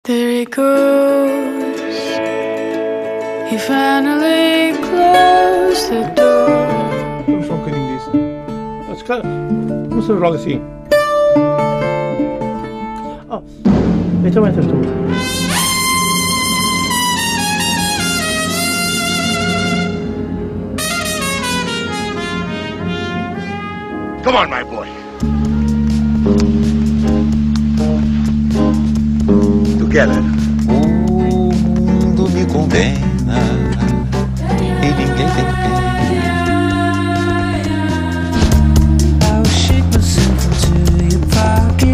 There he goes. He finally closed the door. Vamos só um bocadinho disso. Mas, cara, não se rola assim. Oh, então entras tu. Come on, my boy. Together. O mundo me condena e ninguém tem pena. I'll shake myself into your pocket.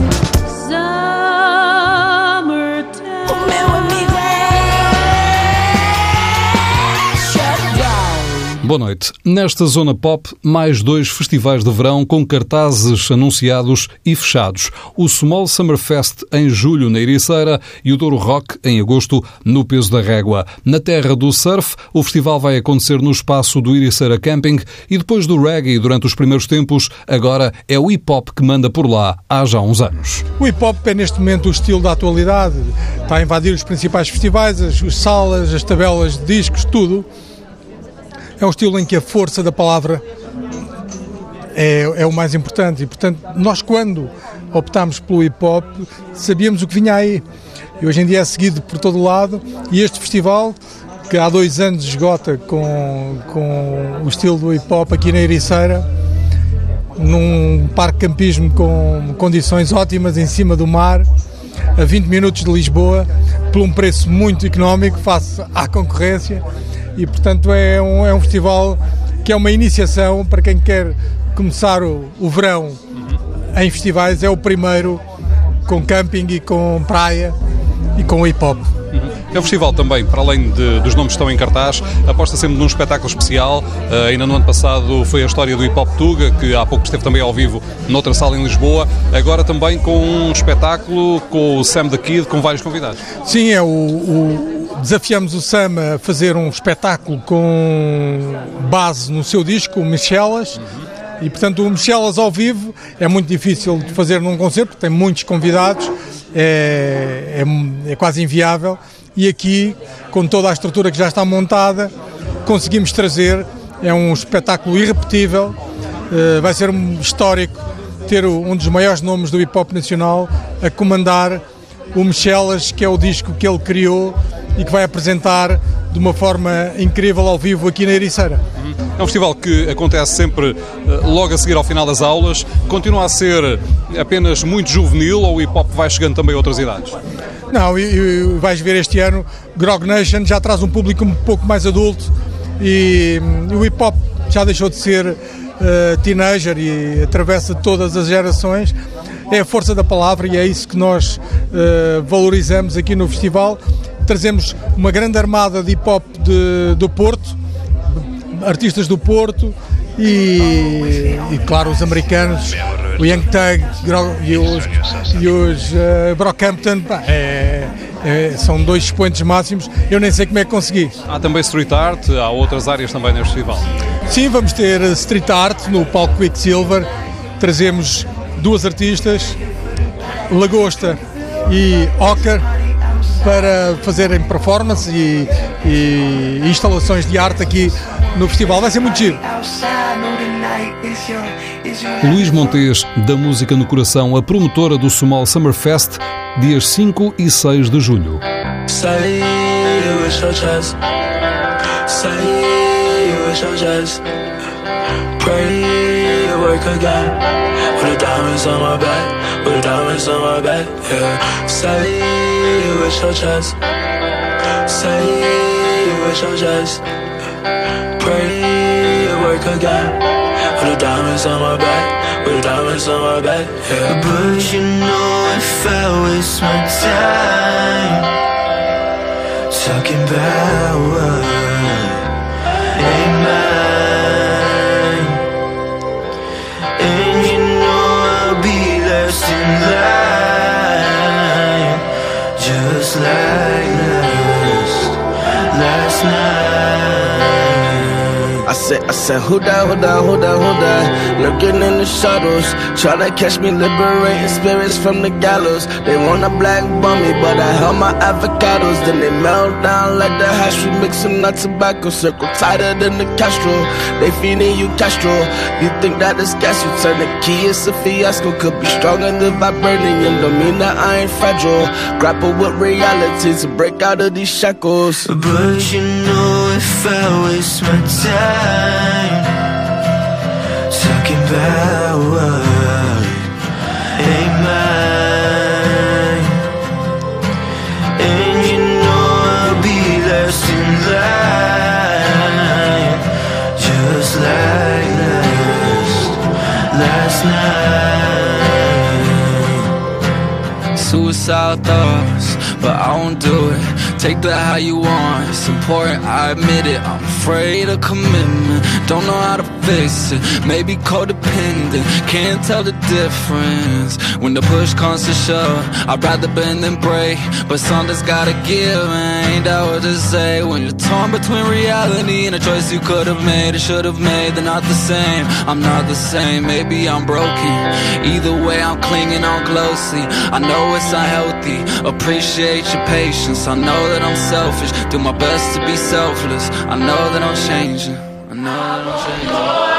Summertime. O meu amigo Boa noite. Nesta Zona Pop, mais 2 festivais de verão com cartazes anunciados e fechados. O Small Summer Fest em julho na Ericeira e o Douro Rock em agosto no Peso da Régua. Na terra do surf, o festival vai acontecer no espaço do Ericeira Camping e depois do reggae durante os primeiros tempos, agora é o hip-hop que manda por lá há já uns anos. O hip-hop é neste momento o estilo da atualidade. Está a invadir os principais festivais, as salas, as tabelas de discos, tudo. É um estilo em que a força da palavra é o mais importante e, portanto, nós quando optámos pelo hip-hop sabíamos o que vinha aí e hoje em dia é seguido por todo o lado e este festival, que há 2 anos esgota com o estilo do hip-hop aqui na Ericeira, num parque de campismo com condições ótimas em cima do mar, a 20 minutos de Lisboa, por um preço muito económico face à concorrência. E, portanto, é um festival que é uma iniciação para quem quer começar o verão em festivais. É o primeiro com camping e com praia e com hip-hop. É um festival também, para além dos nomes que estão em cartaz, aposta sempre num espetáculo especial. Ainda no ano passado foi a história do Hip Hop Tuga, que há pouco esteve também ao vivo noutra sala em Lisboa. Agora também com um espetáculo com o Sam the Kid, com vários convidados. Sim, desafiamos o Sam a fazer um espetáculo com base no seu disco, o Michelas. E, portanto, o Michelas ao vivo é muito difícil de fazer num concerto, porque tem muitos convidados, é quase inviável. E aqui, com toda a estrutura que já está montada, conseguimos trazer, é um espetáculo irrepetível, vai ser histórico ter um dos maiores nomes do hip-hop nacional a comandar o Michelas, que é o disco que ele criou e que vai apresentar de uma forma incrível ao vivo aqui na Ericeira. É um festival que acontece sempre logo a seguir ao final das aulas. Continua a ser apenas muito juvenil ou o hip-hop vai chegando também a outras idades? Não, e vais ver este ano, Grog Nation já traz um público um pouco mais adulto e o hip-hop já deixou de ser teenager e atravessa todas as gerações. É a força da palavra e é isso que nós valorizamos aqui no festival. Trazemos uma grande armada de hip-hop do Porto, artistas do Porto e claro, os americanos, o Young Thug e os Brockhampton, são 2 expoentes máximos. Eu nem sei como é que consegui. Há também street art, há outras áreas também neste festival. Sim, vamos ter street art no palco Quicksilver. Trazemos 2 artistas, Lagosta e Ocker, para fazerem performance e instalações de arte aqui no festival. Vai ser muito giro. Luís Montes, da Música no Coração, a promotora do Small Summer Fest, dias 5 e 6 de julho. With the diamonds on my back, with the diamonds on my back, yeah. Say you wish your chest, say you wish your chest. Pray you work again. With the diamonds on my back, with the diamonds on my back, yeah. But you know if I waste my time talking about what ain't mine. In line, just like last night. I said, who that? Lurking in the shadows, tryna catch me liberating spirits from the gallows. They wanna black bomb me, but I held my avocados. Then they melt down like the hash, we mixing that tobacco. Circle tighter than the Castro, they feeding you Castro. You think that is gas, you turn the key, it's a fiasco. Could be stronger than vibranium, don't mean that I ain't fragile. Grapple with reality to break out of these shackles. But you know if I waste my time talking about what ain't mine, and you know I'll be last in line, just like last night. Suicide thoughts, but I won't do it. Take that how you want, it's important, I admit it. I'm afraid of commitment, don't know how to fix it. Maybe codependent, can't tell the difference. When the push comes to shove, I'd rather bend than break. But something's gotta give, and ain't that what to say? When you're torn between reality and a choice you could've made or should've made, they're not the same. I'm not the same, maybe I'm broken. Either way I'm clinging on closely. I know it's unhealthy, appreciate your patience. I know that I'm selfish, do my best to be selfless. I know that I'm changing, I know that I'm changing.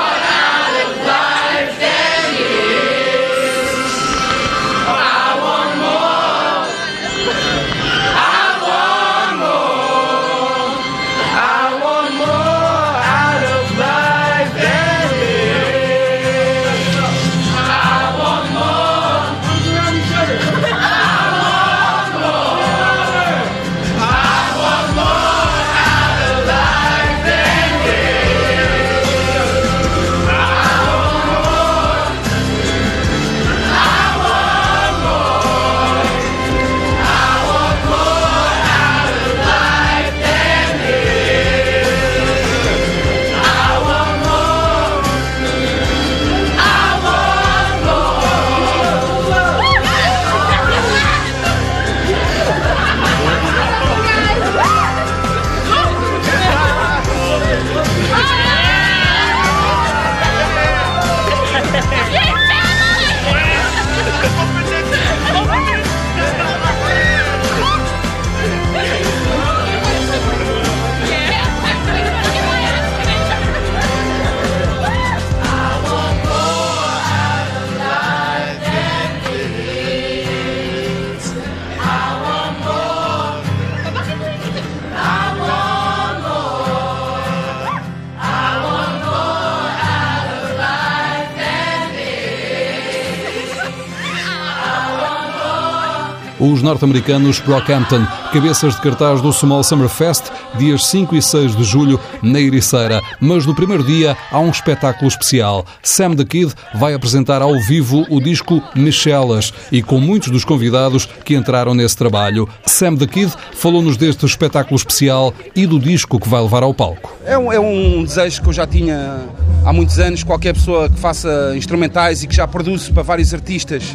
Os norte-americanos Brockhampton, cabeças de cartaz do Small Summer Fest, dias 5 e 6 de julho, na Ericeira. Mas no primeiro dia há um espetáculo especial. Sam the Kid vai apresentar ao vivo o disco Michelas e com muitos dos convidados que entraram nesse trabalho. Sam the Kid falou-nos deste espetáculo especial e do disco que vai levar ao palco. É um desejo que eu já tinha há muitos anos. Qualquer pessoa que faça instrumentais e que já produz para vários artistas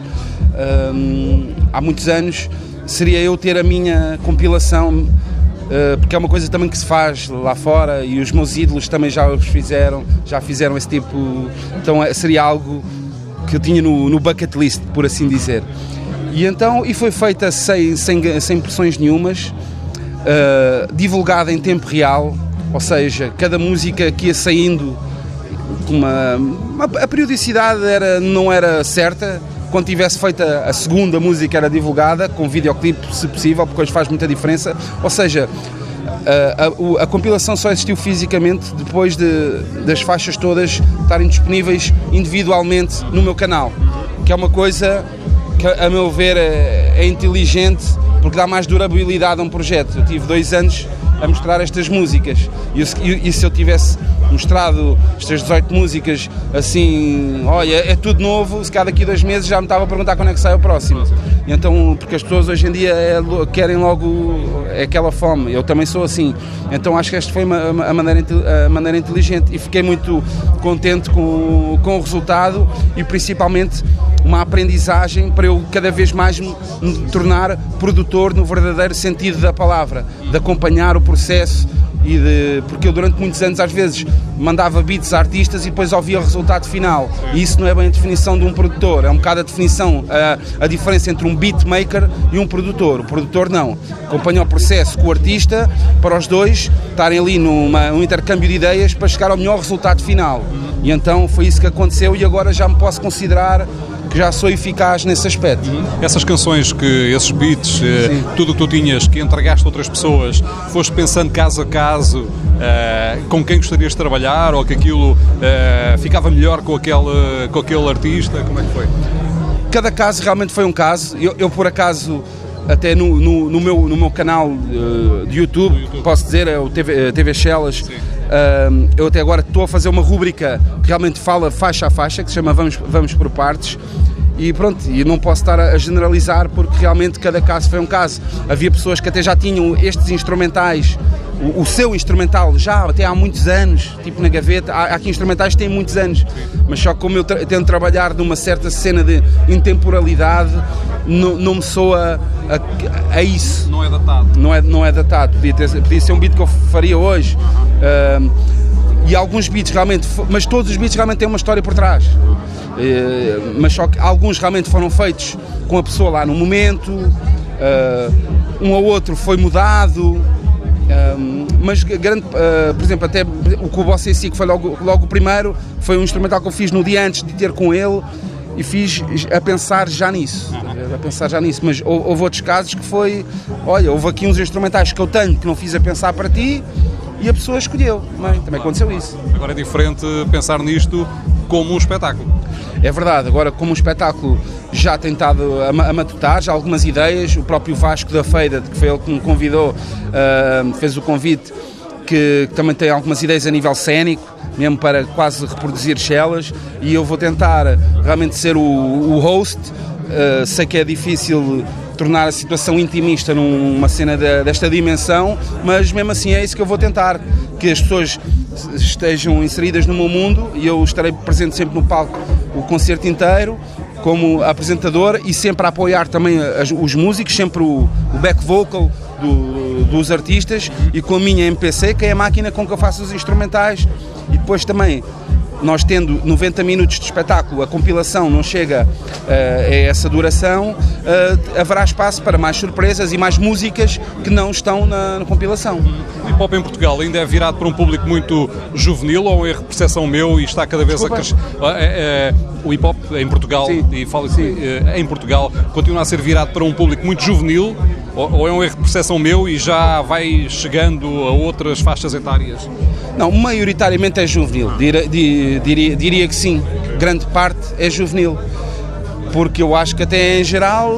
há muitos anos, seria eu ter a minha compilação, porque é uma coisa também que se faz lá fora e os meus ídolos também já fizeram esse tipo, então seria algo que eu tinha no bucket list, por assim dizer. E foi feita sem pressões nenhumas, divulgada em tempo real, ou seja, cada música que ia saindo, a periodicidade não era certa. Quando tivesse feita a segunda música era divulgada, com videoclipe se possível, porque hoje faz muita diferença. Ou seja, a compilação só existiu fisicamente depois das faixas todas estarem disponíveis individualmente no meu canal, que é uma coisa que, a meu ver, é inteligente, porque dá mais durabilidade a um projeto. Eu tive 2 anos a mostrar estas músicas e se eu tivesse mostrado estas 18 músicas assim, olha, é tudo novo, se calhar daqui a 2 meses já me estava a perguntar quando é que sai o próximo. E então, porque as pessoas hoje em dia querem logo aquela fome, eu também sou assim. Então acho que esta foi a maneira inteligente e fiquei muito contente com o resultado e principalmente uma aprendizagem para eu cada vez mais me tornar produtor no verdadeiro sentido da palavra, de acompanhar o processo porque eu durante muitos anos às vezes mandava beats a artistas e depois ouvia o resultado final, e isso não é bem a definição de um produtor, é um bocado a definição, a diferença entre um beatmaker e um produtor. O produtor não, acompanha o processo com o artista para os dois estarem ali num intercâmbio de ideias para chegar ao melhor resultado final, e então foi isso que aconteceu, e agora já me posso considerar que já sou eficaz nesse aspecto. Essas canções, esses beats, tudo o que tu tinhas, que entregaste a outras pessoas, foste pensando caso a caso com quem gostarias de trabalhar, ou que aquilo ficava melhor com aquele artista? Como é que foi? Cada caso realmente foi um caso. Eu por acaso, até no meu canal de YouTube, posso dizer, é o TV Chelas, eu até agora estou a fazer uma rúbrica que realmente fala faixa a faixa, que se chama Vamos por Partes, e pronto, e não posso estar a generalizar porque realmente cada caso foi um caso. Havia pessoas que até já tinham estes instrumentais, o seu instrumental já até há muitos anos, tipo na gaveta. Há aqui instrumentais que têm muitos anos, mas só que como eu tento trabalhar numa certa cena de intemporalidade, não me soa a isso. Não é datado. Não é datado, podia ser um beat que eu faria hoje. E alguns beats realmente, mas todos os beats realmente têm uma história por trás. Mas só que alguns realmente foram feitos com a pessoa lá no momento, um ou outro foi mudado, mas por exemplo, até o que o Bossa em si, que foi logo o primeiro, foi um instrumental que eu fiz no dia antes de ter com ele, e fiz a pensar já nisso, mas houve outros casos que foi, olha, houve aqui uns instrumentais que eu tenho que não fiz a pensar para ti, e a pessoa escolheu, também aconteceu isso. Agora é diferente pensar nisto como um espetáculo. É verdade, agora como um espetáculo já tentado a matutar, já algumas ideias, o próprio Vasco da Feira, que foi ele que me convidou, fez o convite, que também tem algumas ideias a nível cénico, mesmo para quase reproduzir Chelas, e eu vou tentar realmente ser o host. Sei que é difícil tornar a situação intimista numa cena desta dimensão, mas mesmo assim é isso que eu vou tentar, que as pessoas estejam inseridas no meu mundo, e eu estarei presente sempre no palco o concerto inteiro como apresentador, e sempre a apoiar também os músicos, sempre o back vocal dos artistas, e com a minha MPC, que é a máquina com que eu faço os instrumentais. E depois também, nós tendo 90 minutos de espetáculo, a compilação não chega a essa duração, haverá espaço para mais surpresas e mais músicas que não estão na compilação. O hip-hop em Portugal ainda é virado para um público muito juvenil, ou é percepção meu e está cada vez a crescer? O hip-hop em Portugal, e falo em Portugal, continua a ser virado para um público muito juvenil, ou é uma percepção meu e já vai chegando a outras faixas etárias? Não, maioritariamente é juvenil, diria que sim, grande parte é juvenil, porque eu acho que até em geral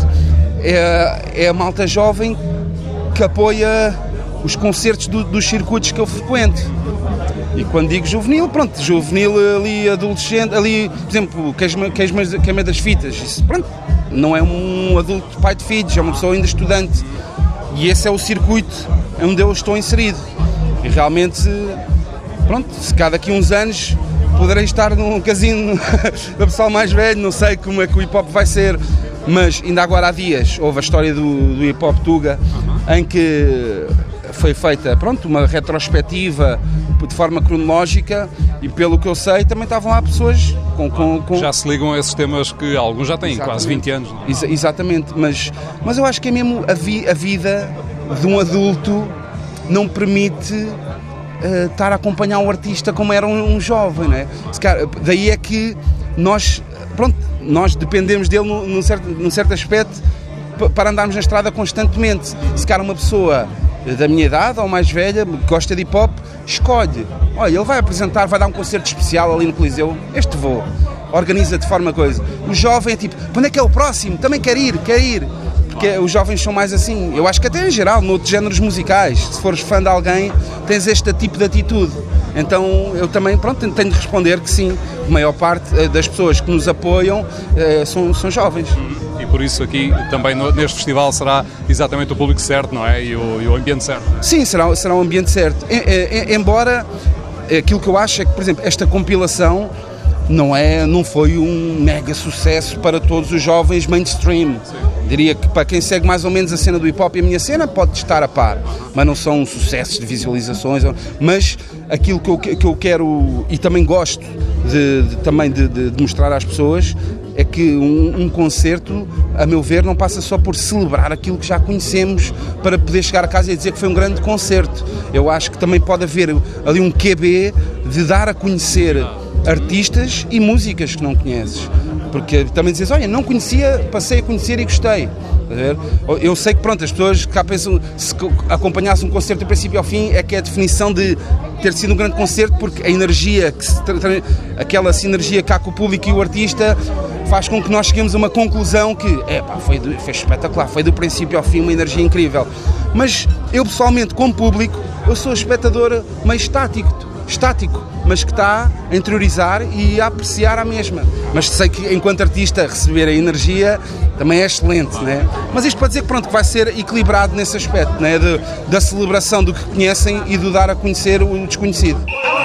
é a malta jovem que apoia os concertos dos circuitos que eu frequento. E quando digo juvenil, pronto, juvenil ali, adolescente, ali, por exemplo, queima das fitas, isso, pronto, não é um adulto pai de filhos, é uma pessoa ainda estudante, e esse é o circuito onde eu estou inserido. E realmente, pronto, se cá daqui uns anos poderei estar num casino da pessoal mais velho, não sei como é que o hip-hop vai ser, mas ainda agora há dias houve a história do hip-hop Tuga, em que foi feita, pronto, uma retrospectiva de forma cronológica, e pelo que eu sei também estavam lá pessoas com... Já se ligam a esses temas que alguns já têm, quase 20 anos. Não é? Exatamente, mas eu acho que é mesmo a vida de um adulto não permite estar a acompanhar um artista como era um jovem, não é? Daí é que nós dependemos dele num certo aspecto para andarmos na estrada constantemente. Se calhar uma pessoa da minha idade ou mais velha que gosta de hip-hop, escolhe, olha, ele vai apresentar, vai dar um concerto especial ali no Coliseu, vou, organiza de forma coisa. O jovem é tipo, quando é que é o próximo? Também quer ir. Porque os jovens são mais assim. Eu acho que até em geral, noutros géneros musicais, se fores fã de alguém, tens este tipo de atitude. Então eu também, tenho de responder que sim, a maior parte das pessoas que nos apoiam são jovens. E por isso aqui, também neste festival, será exatamente o público certo, não é? E o ambiente certo. Sim, será um ambiente certo. Embora aquilo que eu acho é que, por exemplo, esta compilação não foi um mega sucesso para todos os jovens mainstream. Diria que para quem segue mais ou menos a cena do hip-hop e a minha cena pode estar a par, mas não são sucessos de visualizações. Mas aquilo que eu quero e também gosto de mostrar às pessoas é que um concerto, a meu ver, não passa só por celebrar aquilo que já conhecemos para poder chegar a casa e dizer que foi um grande concerto. Eu acho que também pode haver ali um QB de dar a conhecer artistas e músicas que não conheces. Porque também dizes, olha, não conhecia, passei a conhecer e gostei. Eu sei que, pronto, as pessoas cá pensam, se acompanhasse um concerto do princípio ao fim, é que é a definição de ter sido um grande concerto, porque a energia, aquela sinergia cá com o público e o artista, faz com que nós cheguemos a uma conclusão que, foi espetacular, foi do princípio ao fim uma energia incrível. Mas eu, pessoalmente, como público, eu sou espectador meio estático, mas que está a interiorizar e a apreciar a mesma. Mas sei que, enquanto artista, receber a energia também é excelente, né? Mas isto para dizer que, pronto, que vai ser equilibrado nesse aspecto, né? Da celebração do que conhecem e do dar a conhecer o desconhecido.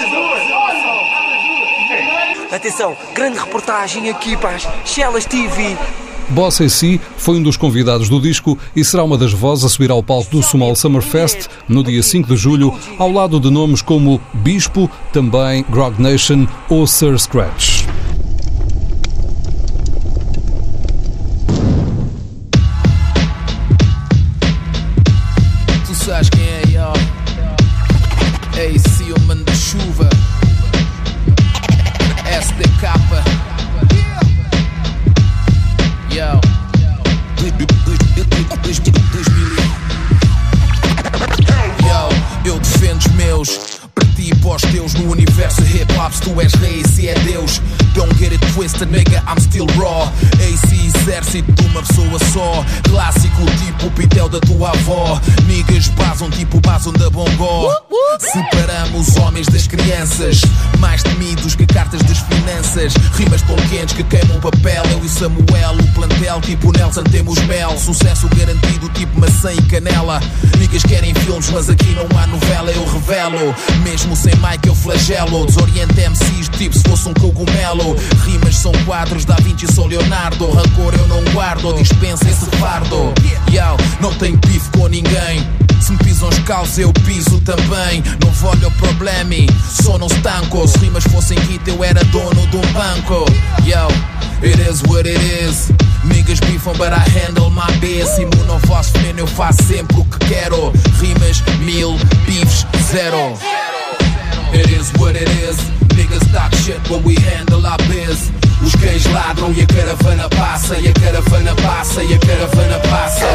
Atenção, grande reportagem aqui para as Shellas TV. Boss AC foi um dos convidados do disco e será uma das vozes a subir ao palco do Small Summer Fest no dia 5 de julho, ao lado de nomes como Bispo, também Grog Nation ou Sir Scratch. Tu sabes quem é, ó? AC, o mano da chuva. SDK. Yo. Eu defendo os meus, para ti e para os teus. No universo hip-hop, se tu és rei, se é Deus. Don't get it twisted, nigga, I'm still raw. AC, exército de uma pessoa só. Clássico tipo o pitel da tua avó. Niggas basam tipo o basom da Bongó. Separamos homens das crianças, mais temidos que cartas das finanças. Rimas tão quentes que queimam papel. Eu e Samuel, o plantel tipo Nelson temos mel. Sucesso garantido tipo maçã e canela. Niggas querem filmes mas aqui não há novela. Eu revelo, mesmo sem mic eu flagelo. Desoriento MCs tipo se fosse um cogumelo. Rimas são quadros, Da Vinci sou Leonardo. Rancor eu não guardo, dispensa esse fardo. Yo, não tenho bife com ninguém. Se me pisam os calços eu piso também. Não olho o problema, só não estanco. Se rimas fossem hit eu era dono de um banco. Yo, it is what it is. Niggas beefam but I handle my biz. Imuno ao vosso veneno eu faço sempre o que quero. Rimas 1000, beefs 0. It is what it is. Niggas talk shit when we handle our biz. Os cães ladram e a caravana passa. E a caravana passa, e a caravana passa.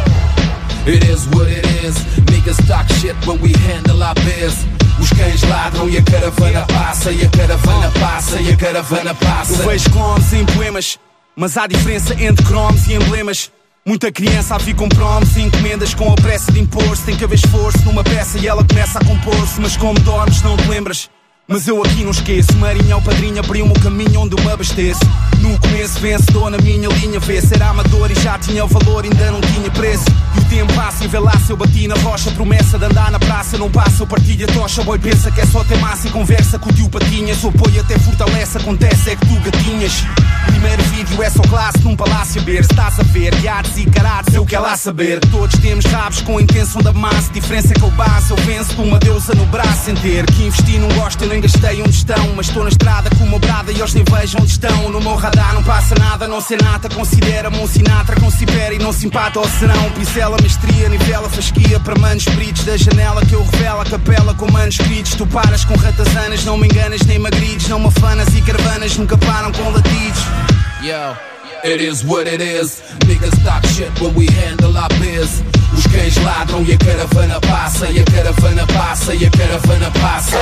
It is what it is. Niggas talk shit when we handle our biz. Os cães ladram e a caravana passa. E a caravana passa, e a caravana passa. Eu vejo clones em poemas, mas há diferença entre cromos e emblemas. Muita criança a vir com promos e encomendas com a pressa de impor-se. Tem que haver esforço numa peça e ela começa a compor-se. Mas como dormes não te lembras. Mas eu aqui não esqueço. Marinho ao padrinho abriu-me o caminho onde eu me abasteço. No começo vencedor na minha linha. Vê-se era amador e já tinha o valor, ainda não tinha preço. E o tempo passa e vê lá se eu bati na rocha. Promessa de andar na praça, não passa, eu partilho a tocha. O boi pensa que é só ter massa e conversa com o tio Patinhas. O apoio até fortalece, acontece é que tu gatinhas. Primeiro vídeo é só classe num palácio a ver. Se estás a ver, guiados e carados, eu quero lá saber. Todos temos rabos com a intenção da massa. Diferença é que eu base, eu venço de uma deusa no braço. Sem ter que investir não gosto, eu nem gastei onde estão. Mas estou na estrada com uma brada e eles nem vejam onde estão. No meu radar não passa nada, não sei nada. Considera-me um Sinatra com Sibéria e não se empata ou senão. Pincela, mestria, nivela, fasquia para manos peritos. Da janela que eu revelo a capela com manuscritos. Tu paras com ratazanas, não me enganas nem magrides. Não me afanas e caravanas nunca param com latidos. Yo, it is what it is. Niggas talk shit when we handle our biz. Os cães ladram e a caravana passa. E a caravana passa, e a caravana passa.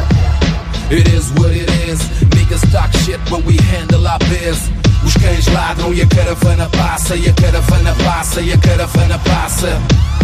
It is what it is. Niggas talk shit when we handle our biz. Os cães ladram e a caravana passa. E a caravana passa, e a caravana passa.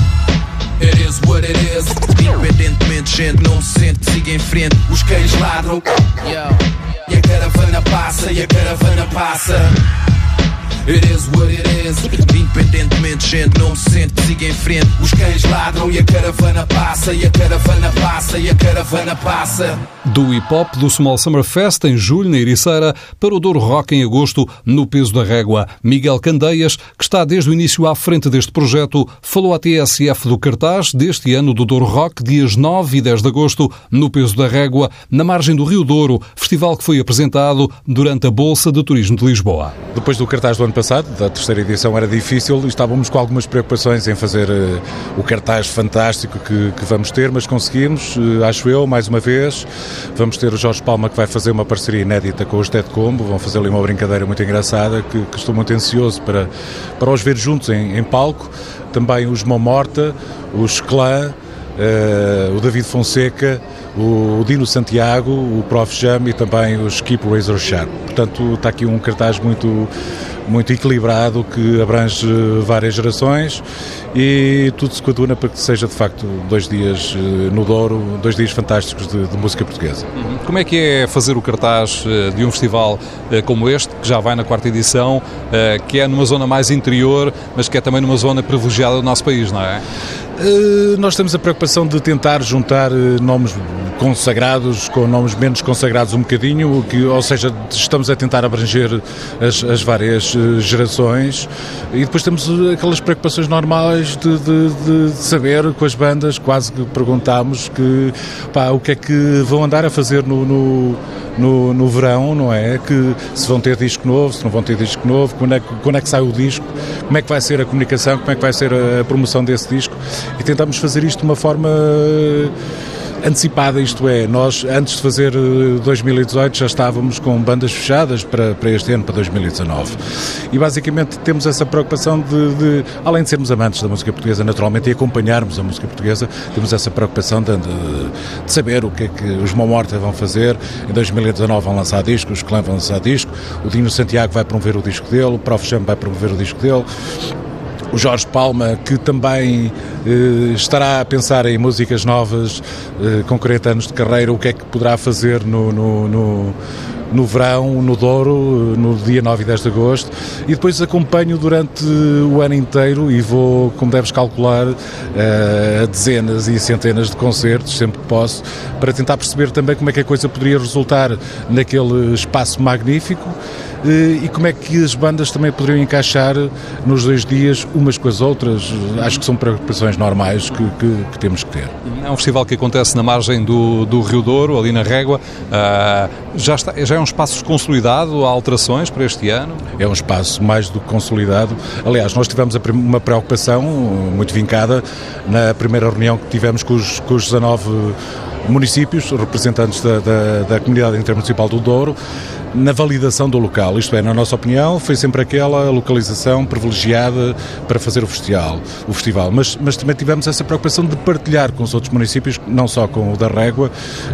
It is what it is. Independentemente, gente, não se sente, siga em frente. Os cães ladram. Yo. E a caravana passa, e a caravana passa. It is what it is. Independentemente, gente, não me sente que siga em frente. Os cães ladram e a caravana passa, e a caravana passa, e a caravana passa. Do hip-hop do Small Summer Fest em julho, na Ericeira, para o Douro Rock em agosto, no Peso da Régua. Miguel Candeias, que está desde o início à frente deste projeto, falou à TSF do cartaz deste ano do Douro Rock, dias 9 e 10 de agosto, no Peso da Régua, na margem do Rio Douro, festival que foi apresentado durante a Bolsa de Turismo de Lisboa. Depois do cartaz do ano passado, da terceira edição, era difícil e estávamos com algumas preocupações em fazer o cartaz fantástico que vamos ter, mas conseguimos, acho eu, mais uma vez. Vamos ter o Jorge Palma, que vai fazer uma parceria inédita com os Dead Combo, vão fazer ali uma brincadeira muito engraçada, que estou muito ansioso para os ver juntos em palco. Também os Mão Morta, os Clã, o David Fonseca, o Dino Santiago, o Prof. Jam e também os Keep Razor Sharp. Portanto, está aqui um cartaz muito equilibrado, que abrange várias gerações e tudo se coaduna para que seja de facto 2 dias no Douro, 2 dias fantásticos de música portuguesa. Como é que é fazer o cartaz de um festival como este, que já vai na 4ª edição, que é numa zona mais interior, mas que é também numa zona privilegiada do nosso país, não é? Nós temos a preocupação de tentar juntar nomes consagrados com nomes menos consagrados um bocadinho, ou seja, estamos a tentar abranger as várias gerações e depois temos aquelas preocupações normais de saber com as bandas, quase que perguntámos o que é que vão andar a fazer no verão, não é? Que se vão ter disco novo, se não vão ter disco novo, quando é que sai o disco, como é que vai ser a comunicação, como é que vai ser a promoção desse disco, e tentamos fazer isto de uma forma antecipada, isto é, nós antes de fazer 2018 já estávamos com bandas fechadas para este ano, para 2019, e basicamente temos essa preocupação de além de sermos amantes da música portuguesa naturalmente e acompanharmos a música portuguesa, temos essa preocupação de saber o que é que os Mão Morta vão fazer. Em 2019 vão lançar disco, os Clã vão lançar disco, o Dino Santiago vai promover o disco dele, o Prof. Jam vai promover o disco dele, o Jorge Palma, que também estará a pensar em músicas novas, com 40 anos de carreira, o que é que poderá fazer no verão, no Douro, no dia 9 e 10 de agosto, e depois acompanho durante o ano inteiro e vou, como deves calcular, a dezenas e centenas de concertos, sempre que posso, para tentar perceber também como é que a coisa poderia resultar naquele espaço magnífico e como é que as bandas também poderiam encaixar nos 2 dias umas com as outras. Acho que são preocupações normais que temos que ter. É um festival que acontece na margem do Rio Douro, ali na Régua. Já é um espaço consolidado? Há alterações para este ano? É um espaço mais do que consolidado. Aliás, nós tivemos uma preocupação muito vincada na primeira reunião que tivemos com os 19 municípios, representantes da comunidade intermunicipal do Douro, na validação do local. Isto é, na nossa opinião, foi sempre aquela localização privilegiada para fazer o festival. Mas também tivemos essa preocupação de partilhar com os outros municípios, não só com o da Régua,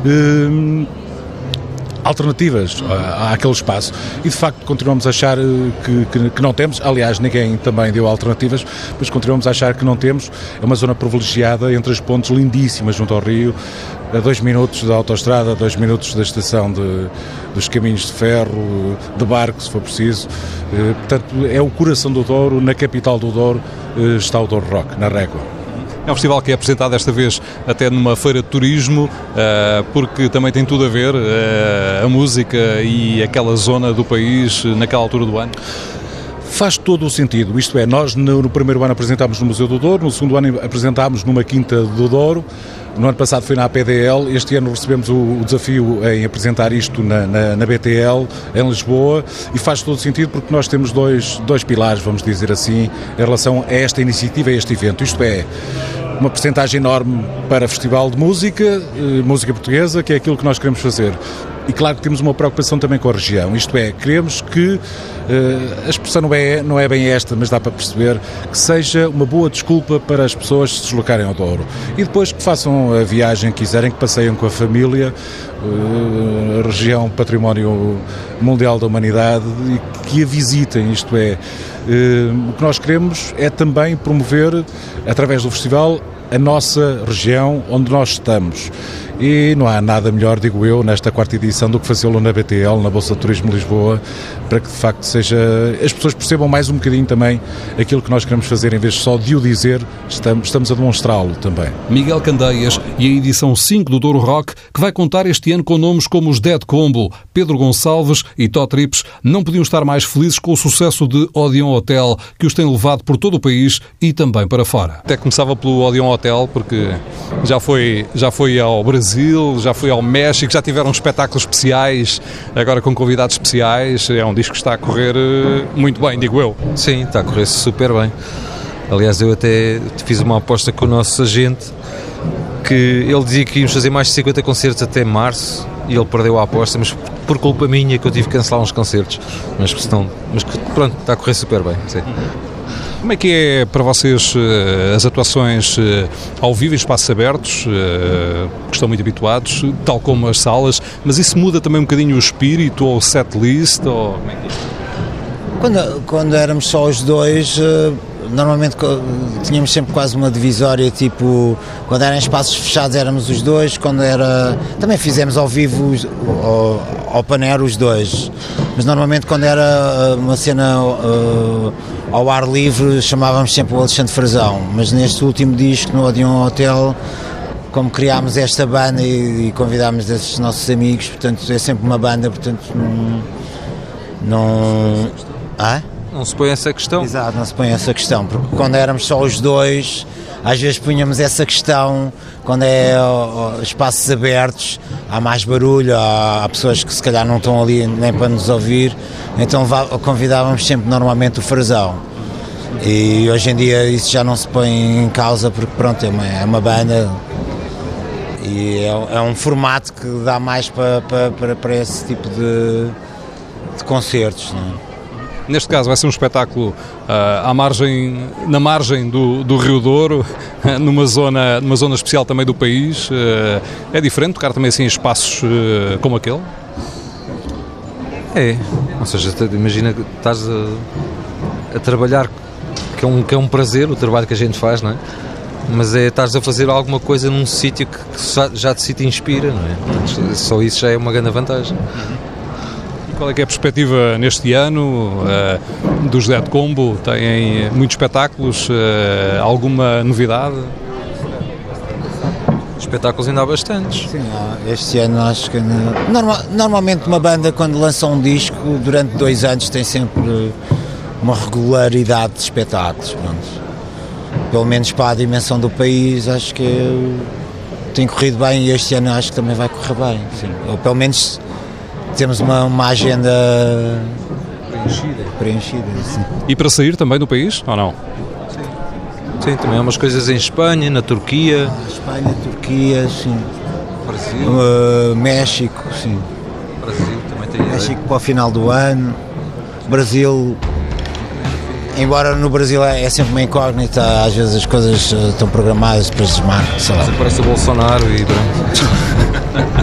alternativas àquele espaço, e de facto continuamos a achar que não temos. Aliás, ninguém também deu alternativas, mas continuamos a achar que não temos. É uma zona privilegiada entre as pontes lindíssimas junto ao rio, a 2 minutos da autoestrada, a 2 minutos da estação dos caminhos de ferro, de barco, se for preciso. Portanto, é o coração do Douro. Na capital do Douro está o Douro Rock, na Régua. É um festival que é apresentado desta vez até numa feira de turismo, porque também tem tudo a ver a música e aquela zona do país naquela altura do ano. Faz todo o sentido, isto é, nós no primeiro ano apresentámos no Museu do Douro, no segundo ano apresentámos numa quinta do Douro, no ano passado foi na APDL, este ano recebemos o desafio em apresentar isto na BTL, em Lisboa, e faz todo o sentido porque nós temos dois pilares, vamos dizer assim, em relação a esta iniciativa, a este evento, isto é, uma percentagem enorme para festival de música portuguesa, que é aquilo que nós queremos fazer. E claro que temos uma preocupação também com a região, isto é, queremos que a expressão não é bem esta, mas dá para perceber que seja uma boa desculpa para as pessoas se deslocarem ao Douro. E depois que façam a viagem que quiserem, que passeiam com a família, a região Património Mundial da Humanidade, e que a visitem, isto é, o que nós queremos é também promover, através do festival, a nossa região onde nós estamos. e não há nada melhor, digo eu, nesta quarta edição do que fazê-lo na BTL, na Bolsa de Turismo de Lisboa, para que de facto seja, as pessoas percebam mais um bocadinho também aquilo que nós queremos fazer, em vez só de o dizer, estamos a demonstrá-lo também. Miguel Candeias e a edição 5 do Douro Rock, que vai contar este ano com nomes como os Dead Combo, Pedro Gonçalves e Tó Trips, não podiam estar mais felizes com o sucesso de Odeon Hotel, que os tem levado por todo o país e também para fora. Até começava pelo Odeon Hotel, porque já foi ao Brasil, já foi ao México, já tiveram espetáculos especiais, agora com convidados especiais. É um disco que está a correr muito bem, digo eu. Sim, está a correr super bem. Aliás, eu até fiz uma aposta com o nosso agente, que ele dizia que íamos fazer mais de 50 concertos até março, e ele perdeu a aposta, mas por culpa minha, que eu tive que cancelar uns concertos. Mas pronto, está a correr super bem. Sim. Como é que é para vocês as atuações ao vivo em espaços abertos, que estão muito habituados, tal como as salas, mas isso muda também um bocadinho o espírito ou o setlist? Ou... Como é que é? Quando éramos só os dois, normalmente tínhamos sempre quase uma divisória, tipo, quando eram espaços fechados éramos os dois, quando era... Também fizemos ao vivo, ao Panera, os dois, mas normalmente quando era uma cena ao ar livre chamávamos sempre o Alexandre Frazão, mas neste último disco, no Odeon Hotel, como criámos esta banda e convidámos esses nossos amigos, portanto é sempre uma banda, portanto não... Não se põe essa questão? Exato, não se põe essa questão, porque quando éramos só os dois, às vezes punhamos essa questão, quando é espaços abertos, há mais barulho, há pessoas que se calhar não estão ali nem para nos ouvir, então convidávamos sempre normalmente o Frazão. E hoje em dia isso já não se põe em causa, porque pronto, é uma banda e é um formato que dá mais para esse tipo de concertos, não é? Neste caso vai ser um espetáculo na margem do Rio Douro, numa zona especial também do país. É diferente tocar também assim em espaços como aquele? É, ou seja, imagina que estás a trabalhar, que é um prazer o trabalho que a gente faz, não é? Mas estás a fazer alguma coisa num sítio que já te inspira, não é? Só isso já é uma grande vantagem. Qual é que é a perspectiva neste ano dos Dead Combo? Têm muitos espetáculos, alguma novidade? Espetáculos ainda há bastantes. Sim, este ano acho que... Normalmente uma banda quando lança um disco durante 2 anos tem sempre uma regularidade de espetáculos. Pronto. Pelo menos para a dimensão do país acho que tem corrido bem e este ano acho que também vai correr bem. Sim. Ou pelo menos... Temos uma agenda preenchida. Sim. E para sair também do país, ou não? Sim, também há umas coisas em Espanha, na Turquia. Espanha, Turquia, sim. Brasil. México, sim. Brasil também tem. México para o final do ano. Brasil, embora no Brasil é sempre uma incógnita, às vezes as coisas estão programadas, depois desmarcam, sei lá. Parece o Bolsonaro e durante...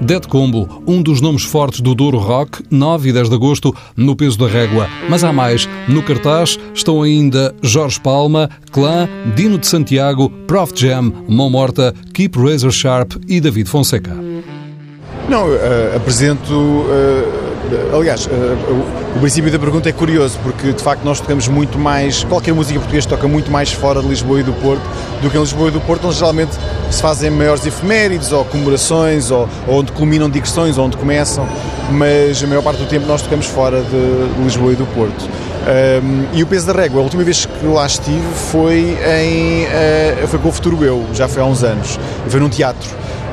Dead Combo, um dos nomes fortes do Douro Rock, 9 e 10 de agosto, no Peso da Régua. Mas há mais. No cartaz estão ainda Jorge Palma, Clã, Dino de Santiago, Prof Jam, Mão Morta, Keep Razor Sharp e David Fonseca. Não, apresento... aliás, o princípio da pergunta é curioso, porque de facto nós tocamos muito mais, qualquer música portuguesa toca muito mais fora de Lisboa e do Porto do que em Lisboa e do Porto, onde geralmente se fazem maiores efemérides ou comemorações ou onde culminam digressões ou onde começam, mas a maior parte do tempo nós tocamos fora de Lisboa e do Porto. E o Peso da Régua, a última vez que lá estive foi com o Futuro Eu, já foi há uns anos, foi num teatro.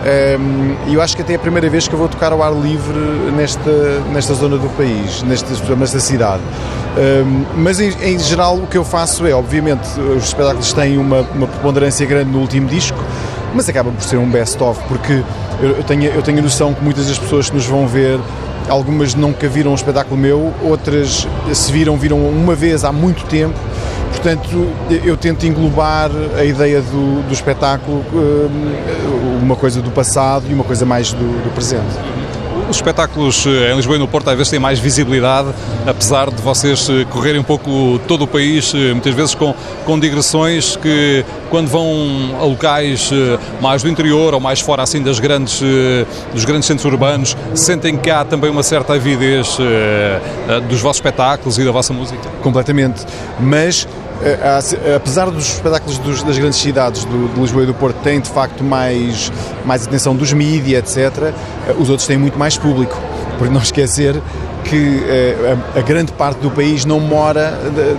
E eu acho que até é a primeira vez que eu vou tocar ao ar livre nesta zona do país, nesta cidade. Mas em geral o que eu faço é, obviamente, os espetáculos têm uma preponderância grande no último disco, mas acaba por ser um best-of, porque eu tenho a noção que muitas das pessoas que nos vão ver, algumas nunca viram um espetáculo meu, outras se viram uma vez há muito tempo. Portanto, eu tento englobar a ideia do espetáculo, uma coisa do passado e uma coisa mais do presente. Os espetáculos em Lisboa e no Porto às vezes têm mais visibilidade, apesar de vocês correrem um pouco todo o país, muitas vezes com digressões que, quando vão a locais mais do interior ou mais fora assim dos grandes centros urbanos, sentem que há também uma certa avidez dos vossos espetáculos e da vossa música? Completamente, mas apesar dos espetáculos das grandes cidades de Lisboa e do Porto terem de facto mais atenção dos mídia, etc., os outros têm muito mais público, porque não esquecer que a grande parte do país não mora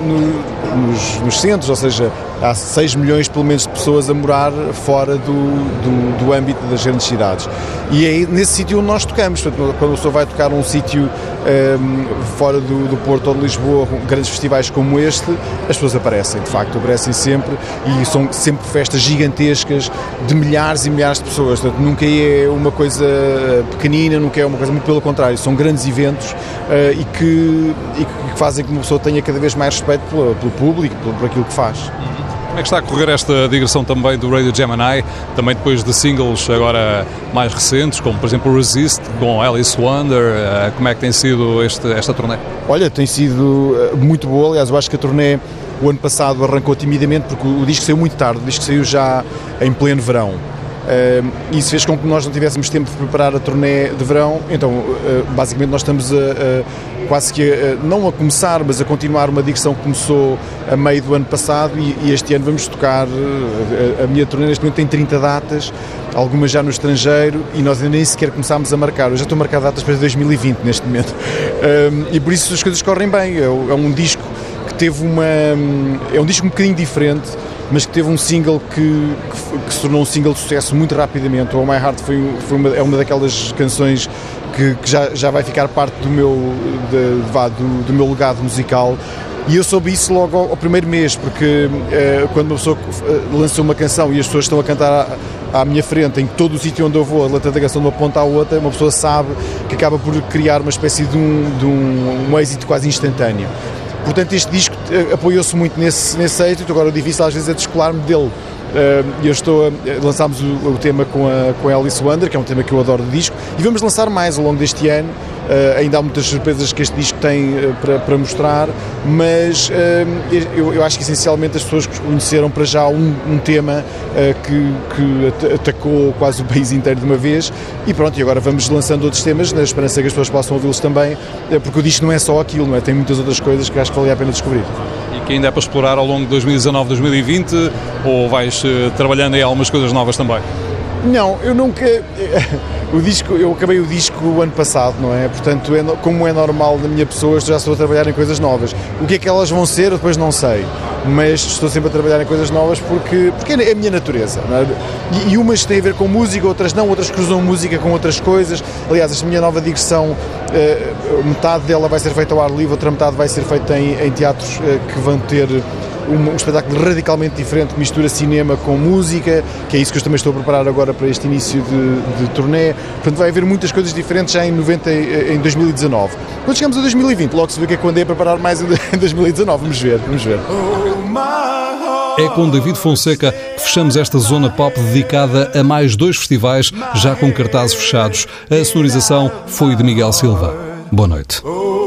nos centros, ou seja, há 6 milhões pelo menos de pessoas a morar fora do âmbito das grandes cidades. E é nesse sítio onde nós tocamos. Portanto, quando a pessoa vai tocar num sítio fora do Porto ou de Lisboa, grandes festivais como este, as pessoas aparecem, de facto, aparecem sempre, e são sempre festas gigantescas de milhares e milhares de pessoas. Portanto, nunca é uma coisa pequenina, nunca é uma coisa, muito pelo contrário, são grandes eventos e que fazem com que uma pessoa tenha cada vez mais respeito pelo público, por aquilo que faz. Como é que está a correr esta digressão também do Radio Gemini, também depois de singles agora mais recentes, como por exemplo Resist, com Alice Wonder? Como é que tem sido esta turnê? Olha, tem sido muito boa. Aliás, eu acho que a turnê o ano passado arrancou timidamente, porque o disco saiu muito tarde, o disco saiu já em pleno verão. Isso fez com que nós não tivéssemos tempo de preparar a turnê de verão. Então basicamente nós estamos quase que não a começar, mas a continuar uma digressão que começou a meio do ano passado, e este ano vamos tocar. A minha turnê neste momento tem 30 datas, algumas já no estrangeiro, e nós ainda nem sequer começámos a marcar. Eu já estou a marcar datas para 2020 neste momento, e por isso as coisas correm bem. É um disco que teve é um disco um bocadinho diferente, mas que teve um single que se tornou um single de sucesso muito rapidamente. O Oh My Heart é uma daquelas canções que já vai ficar parte do meu legado musical. E eu soube isso logo ao primeiro mês, porque quando uma pessoa lança uma canção e as pessoas estão a cantar à minha frente, em todo o sítio onde eu vou, a letra da canção de uma ponta à outra, uma pessoa sabe que acaba por criar uma espécie de um êxito quase instantâneo. Portanto, este disco apoiou-se muito nesse êxito. Agora o difícil às vezes é descolar-me dele. Lançámos o tema com a Alice Wonder, que é um tema que eu adoro do disco, e vamos lançar mais ao longo deste ano. Ainda há muitas surpresas que este disco tem para mostrar, mas eu acho que essencialmente as pessoas conheceram para já um tema que atacou quase o país inteiro de uma vez, e pronto, e agora vamos lançando outros temas na esperança que as pessoas possam ouvi-los também, porque o disco não é só aquilo, não é? Tem muitas outras coisas que acho que vale a pena descobrir. E que ainda é para explorar ao longo de 2019, 2020, ou vais trabalhando em algumas coisas novas também? Não, eu nunca... eu acabei o disco o ano passado, não é? Portanto, como é normal na minha pessoa, já estou a trabalhar em coisas novas. O que é que elas vão ser, depois não sei. Mas estou sempre a trabalhar em coisas novas porque é a minha natureza, não é? E umas têm a ver com música, outras não, outras cruzam música com outras coisas. Aliás, esta minha nova digressão, metade dela vai ser feita ao ar livre, outra metade vai ser feita em teatros que vão ter um espetáculo radicalmente diferente, que mistura cinema com música, que é isso que eu também estou a preparar agora para este início de turnê. Portanto, vai haver muitas coisas diferentes já em 2019. Quando chegamos a 2020, logo se vê o que é que eu andei a preparar mais em 2019. Vamos ver. É com David Fonseca que fechamos esta Zona Pop dedicada a mais 2 festivais, já com cartazes fechados. A sonorização foi de Miguel Silva. Boa noite.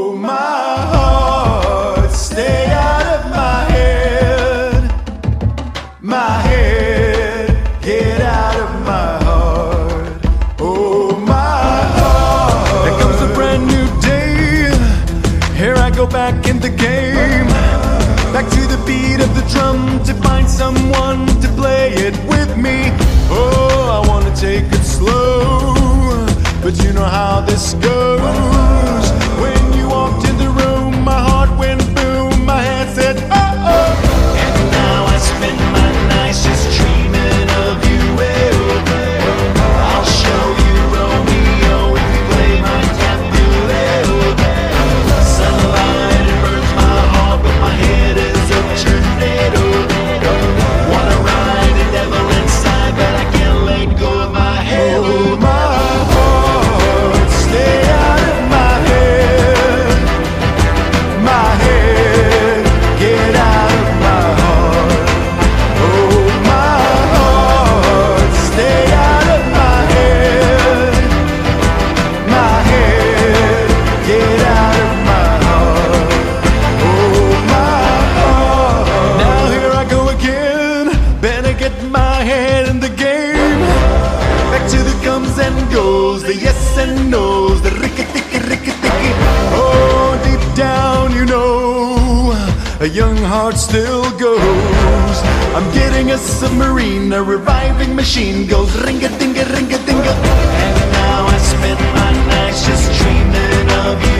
Back in the game, back to the beat of the drum to find someone to play it with me. Oh, I wanna take it slow, but you know how this goes. When you walked in the room, my heart went boom, my head said oh oh. And now I spend my nights just dreaming of you. I'll show you Romeo if you play my Capulet. Sunlight burns my heart, but my head is a tornado. Wanna ride the devil inside, but I can't let go of my head. Oh, my heart, stay out of my head. My head, get out of my heart. Oh, my heart, stay out of my head. My head, get out of my heart. Oh, my heart. Now here I go again. Better get my head in the game. Back to the comes and goes, the yes and no's, the ricky-ticky. Oh, deep down, you know, a young heart still goes. I'm getting a submarine, a reviving machine goes ring-a-dinga, ring-a-dinga. And now I spend my nights just dreaming of you.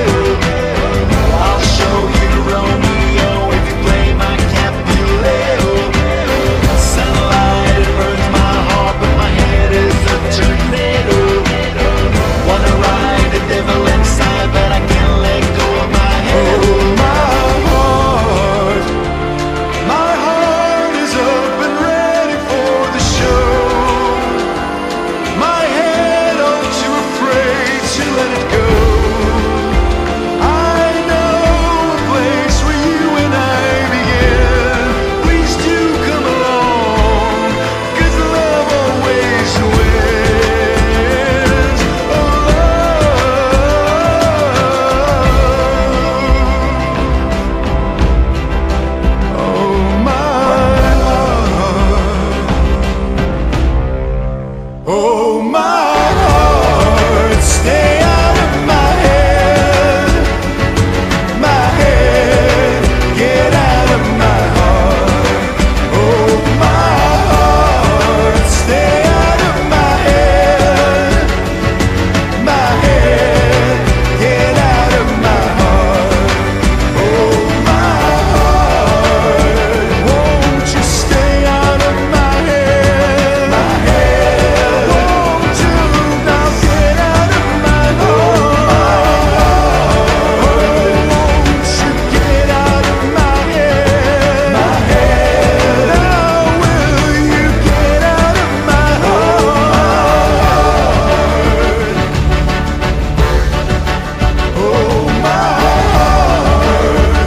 I'll show you Romeo if you play my Capulet. Sunlight burns my heart, but my head is a tornado. Wanna ride the devil inside, but I can't let go of my head. Oh, my heart is up and ready for the show. My head all too afraid to let it go. I know a place where you and I begin. Please do come along, 'cause love always wins. Oh, my heart. Oh, my heart, stay out of my head. My head, get out of my heart. Oh, my heart, stay out of my head. My head, get out of my heart. Oh, my heart, won't you stay out of my head? My head, won't you now get out of my heart? Won't you get out of my head? My head, now will you get out of my heart? Oh, my heart.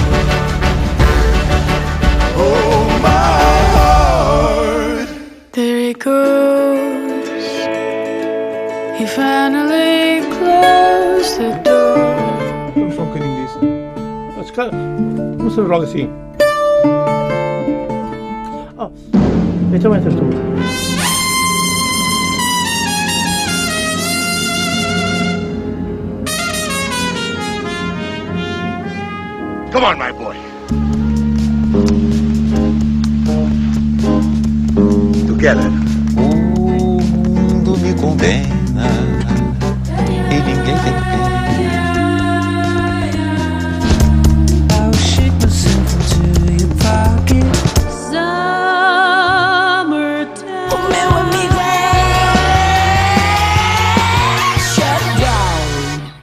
Oh, my heart. There he goes. He finally closed the door. Vamos só um bocadinho disso. Mas, cara, vamos fazer logo assim. Oh, então entras tu. Come on, my boy. O mundo me condena.